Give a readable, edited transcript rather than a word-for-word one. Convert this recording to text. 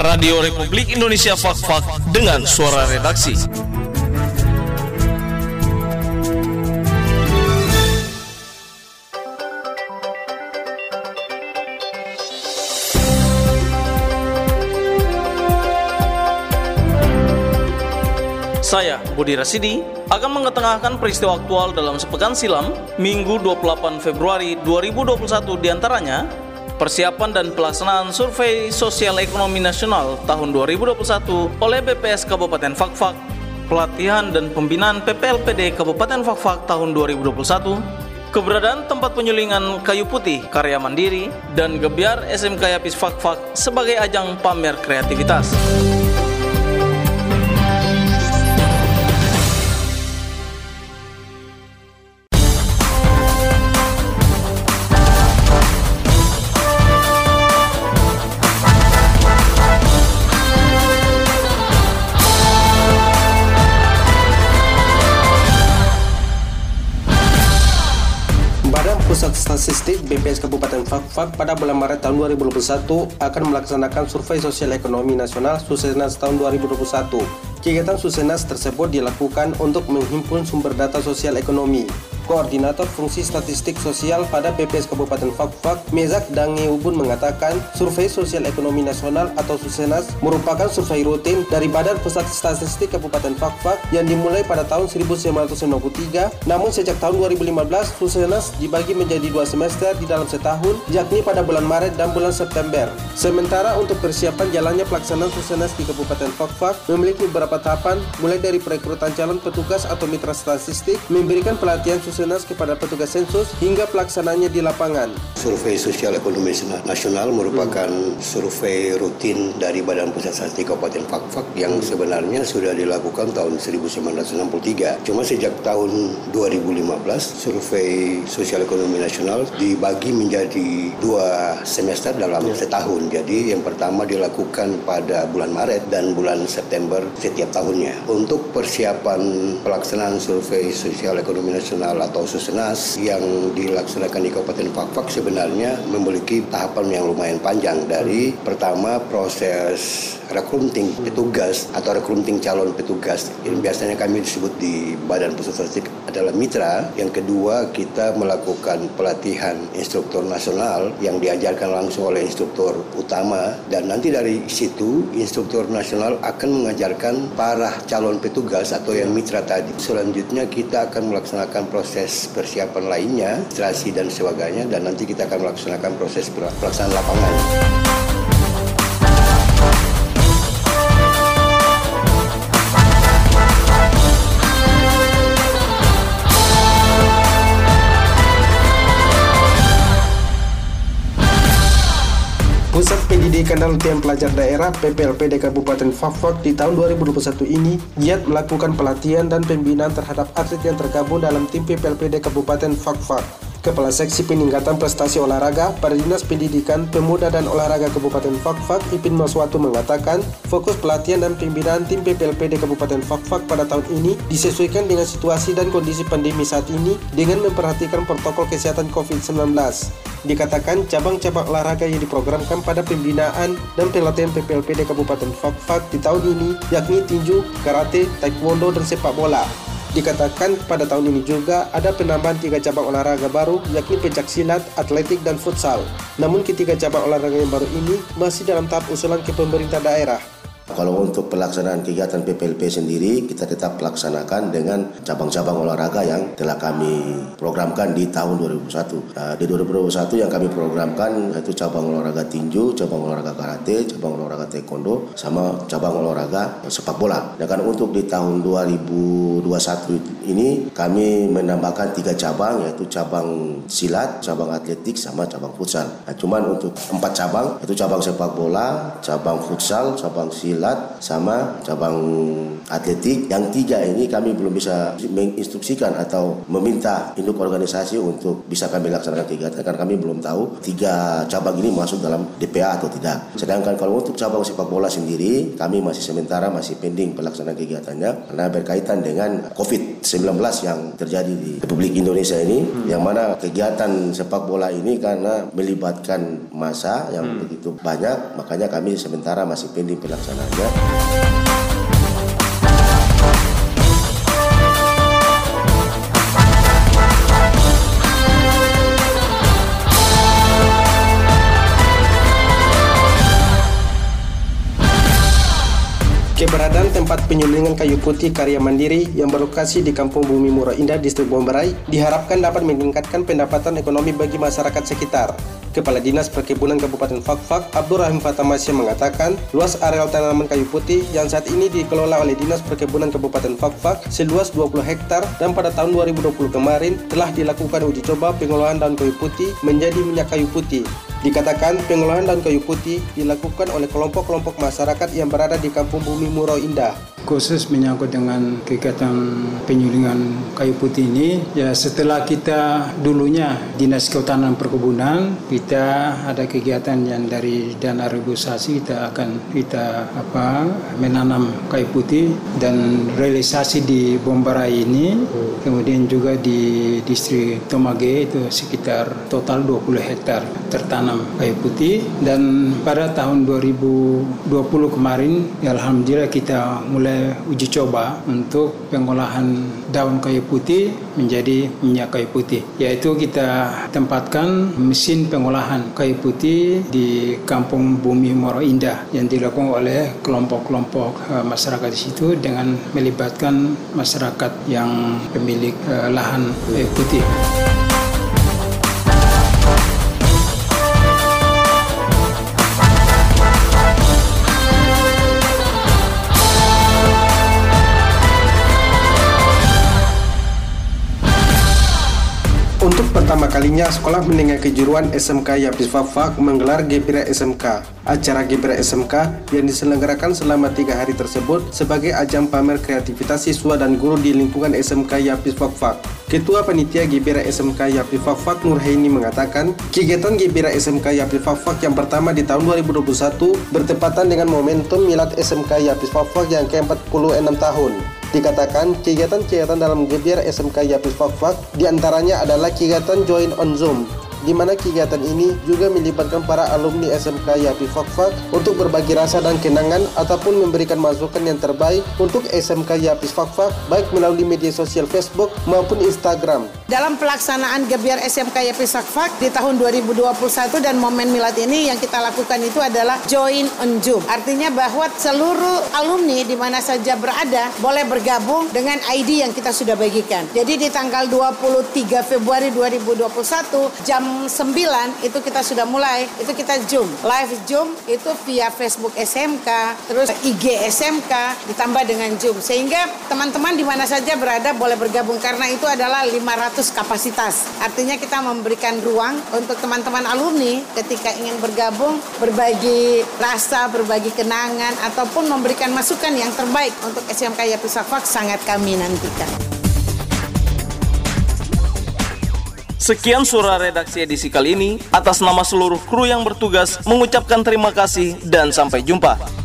Radio Republik Indonesia Fak-Fak dengan suara redaksi. Saya, Budi Rasidi, akan mengetengahkan peristiwa aktual dalam sepekan silam, Minggu 28 Februari 2021 diantaranya, persiapan dan pelaksanaan Survei Sosial Ekonomi Nasional tahun 2021 oleh BPS Kabupaten Fak-Fak, pelatihan dan pembinaan PPLPD Kabupaten Fak-Fak tahun 2021, keberadaan tempat penyulingan kayu putih karya mandiri, dan Gebyar SMK Yapis Fak-Fak sebagai ajang pamer kreativitas. Pusat Statistik BPS Kabupaten Fak-Fak pada bulan Maret tahun 2021 akan melaksanakan Survei Sosial Ekonomi Nasional Susenas tahun 2021. Kegiatan Susenas tersebut dilakukan untuk menghimpun sumber data sosial ekonomi. Koordinator Fungsi Statistik Sosial pada BPS Kabupaten Fak-Fak, Mezak Dange Ubun mengatakan, Survei Sosial Ekonomi Nasional atau Susenas merupakan survei rutin dari Badan Pusat Statistik Kabupaten Fak-Fak yang dimulai pada tahun 1993, namun sejak tahun 2015, Susenas dibagi menjadi 2 semester di dalam setahun, yakni pada bulan Maret dan bulan September. Sementara untuk persiapan jalannya pelaksanaan Susenas di Kabupaten Fak-Fak memiliki beberapa tahapan, mulai dari perekrutan calon petugas atau mitra statistik, memberikan pelatihan Susenas kepada petugas sensus hingga pelaksanaannya di lapangan. Survei Sosial Ekonomi Nasional merupakan survei rutin dari Badan Pusat Statistik Kabupaten Fak-Fak yang sebenarnya sudah dilakukan tahun 1963. Cuma sejak tahun 2015 Survei Sosial Ekonomi Nasional dibagi menjadi 2 semester dalam setahun. Jadi yang pertama dilakukan pada bulan Maret dan bulan September setiap tahunnya. Untuk persiapan pelaksanaan Survei Sosial Ekonomi Nasional atau Susenas yang dilaksanakan di Kabupaten Fak-Fak sebenarnya memiliki tahapan yang lumayan panjang. Dari pertama proses recruiting petugas atau recruiting calon petugas yang biasanya kami disebut di Badan Pusat Statistik adalah mitra. Yang kedua, kita melakukan pelatihan instruktur nasional yang diajarkan langsung oleh instruktur utama, dan nanti dari situ instruktur nasional akan mengajarkan para calon petugas atau yang mitra tadi. Selanjutnya kita akan melaksanakan proses persiapan lainnya, administrasi dan sebagainya, dan nanti kita akan melaksanakan proses pelaksanaan lapangan. Pusat Pendidikan dan Latihan Pelajar Daerah PPLPD Kabupaten Fak-Fak di tahun 2021 ini giat melakukan pelatihan dan pembinaan terhadap atlet yang tergabung dalam tim PPLPD Kabupaten Fak-Fak. Kepala Seksi Peningkatan Prestasi Olahraga pada Dinas Pendidikan, Pemuda dan Olahraga Kabupaten Fak-Fak, Ipin Maswatu mengatakan, fokus pelatihan dan pembinaan tim PPLPD Kabupaten Fak-Fak pada tahun ini disesuaikan dengan situasi dan kondisi pandemi saat ini dengan memperhatikan protokol kesehatan COVID-19. Dikatakan cabang-cabang olahraga yang diprogramkan pada pembinaan dan pelatihan PPLPD Kabupaten Fak-Fak di tahun ini yakni tinju, karate, taekwondo, dan sepak bola. Dikatakan pada tahun ini juga ada penambahan 3 cabang olahraga baru yakni pencaksilat, atletik, dan futsal. Namun ketiga cabang olahraga yang baru ini masih dalam tahap usulan ke pemerintah daerah. Kalau untuk pelaksanaan kegiatan PPLP sendiri, kita tetap laksanakan dengan cabang-cabang olahraga yang telah kami programkan di tahun 2021. Di 2021 yang kami programkan yaitu cabang olahraga tinju, cabang olahraga karate, cabang olahraga taekwondo, sama cabang olahraga sepak bola. Dan untuk di tahun 2021 ini kami menambahkan 3 cabang yaitu cabang silat, cabang atletik, sama cabang futsal. Cuman untuk 4 cabang yaitu cabang sepak bola, cabang futsal, cabang silat, silat sama cabang atletik. Yang 3 ini kami belum bisa menginstruksikan atau meminta induk organisasi untuk bisa kami laksanakan kegiatan karena kami belum tahu 3 cabang ini masuk dalam DPA atau tidak. Sedangkan kalau untuk cabang sepak bola sendiri, kami masih sementara masih pending pelaksanaan kegiatannya karena berkaitan dengan COVID-19 yang terjadi di Republik Indonesia ini, yang mana kegiatan sepak bola ini karena melibatkan massa yang begitu banyak, makanya kami sementara masih pending pelaksanaannya. Keberadaan tempat penyulingan kayu putih karya mandiri yang berlokasi di Kampung Bumi Muro Indah, Distrik Bomberai, diharapkan dapat meningkatkan pendapatan ekonomi bagi masyarakat sekitar. Kepala Dinas Perkebunan Kabupaten Fakfak, Abdul Rahim Fatamasya mengatakan, luas areal tanaman kayu putih yang saat ini dikelola oleh Dinas Perkebunan Kabupaten Fakfak seluas 20 hektar dan pada tahun 2020 kemarin telah dilakukan uji coba pengolahan daun kayu putih menjadi minyak kayu putih. Dikatakan pengolahan daun kayu putih dilakukan oleh kelompok-kelompok masyarakat yang berada di Kampung Bumi Muro Indah. Khusus menyangkut dengan kegiatan penyulingan kayu putih ini, ya setelah kita dulunya Dinas Kehutanan Perkebunan, kita ada kegiatan yang dari dana reboisasi kita menanam kayu putih dan realisasi di Bomberai ini, kemudian juga di distrik Tomage itu sekitar total 20 hektar tertanam kayu putih, dan pada tahun 2020 kemarin ya alhamdulillah kita mulai uji coba untuk pengolahan daun kayu putih menjadi minyak kayu putih, yaitu kita tempatkan mesin pengolahan kayu putih di Kampung Bumi Muro Indah yang dilakukan oleh kelompok-kelompok masyarakat di situ dengan melibatkan masyarakat yang pemilik lahan kayu putih. Untuk pertama kalinya, Sekolah Menengah Kejuruan SMK Yapis Fakfak menggelar Gebira SMK. Acara Gebira SMK yang diselenggarakan selama 3 hari tersebut sebagai ajang pamer kreativitas siswa dan guru di lingkungan SMK Yapis Fakfak. Ketua Panitia Gebira SMK Yapis Fakfak Nurhaini mengatakan, kegiatan Gebira SMK Yapis Fakfak yang pertama di tahun 2021 bertepatan dengan momentum milad SMK Yapis Fakfak yang ke-46 tahun. Dikatakan kegiatan-kegiatan dalam Gebira SMK Yapis Fakfak diantaranya adalah kegiatan Join on Zoom, di mana kegiatan ini juga melibatkan para alumni SMK Yapis Fakfak untuk berbagi rasa dan kenangan ataupun memberikan masukan yang terbaik untuk SMK Yapis Fakfak baik melalui media sosial Facebook maupun Instagram. Dalam pelaksanaan Gebira SMK Yapis Fakfak di tahun 2021 dan momen milad ini yang kita lakukan itu adalah Join on Zoom. Artinya bahwa seluruh alumni di mana saja berada boleh bergabung dengan ID yang kita sudah bagikan. Jadi di tanggal 23 Februari 2021 jam 9 itu kita sudah mulai, itu kita Zoom, live Zoom itu via Facebook SMK, terus IG SMK ditambah dengan Zoom, sehingga teman-teman di mana saja berada boleh bergabung karena itu adalah 500 kapasitas. Artinya kita memberikan ruang untuk teman-teman alumni ketika ingin bergabung, berbagi rasa, berbagi kenangan ataupun memberikan masukan yang terbaik untuk SMK Yapis Fakfak sangat kami nantikan. Sekian suara redaksi edisi kali ini. Atas nama seluruh kru yang bertugas mengucapkan terima kasih dan sampai jumpa.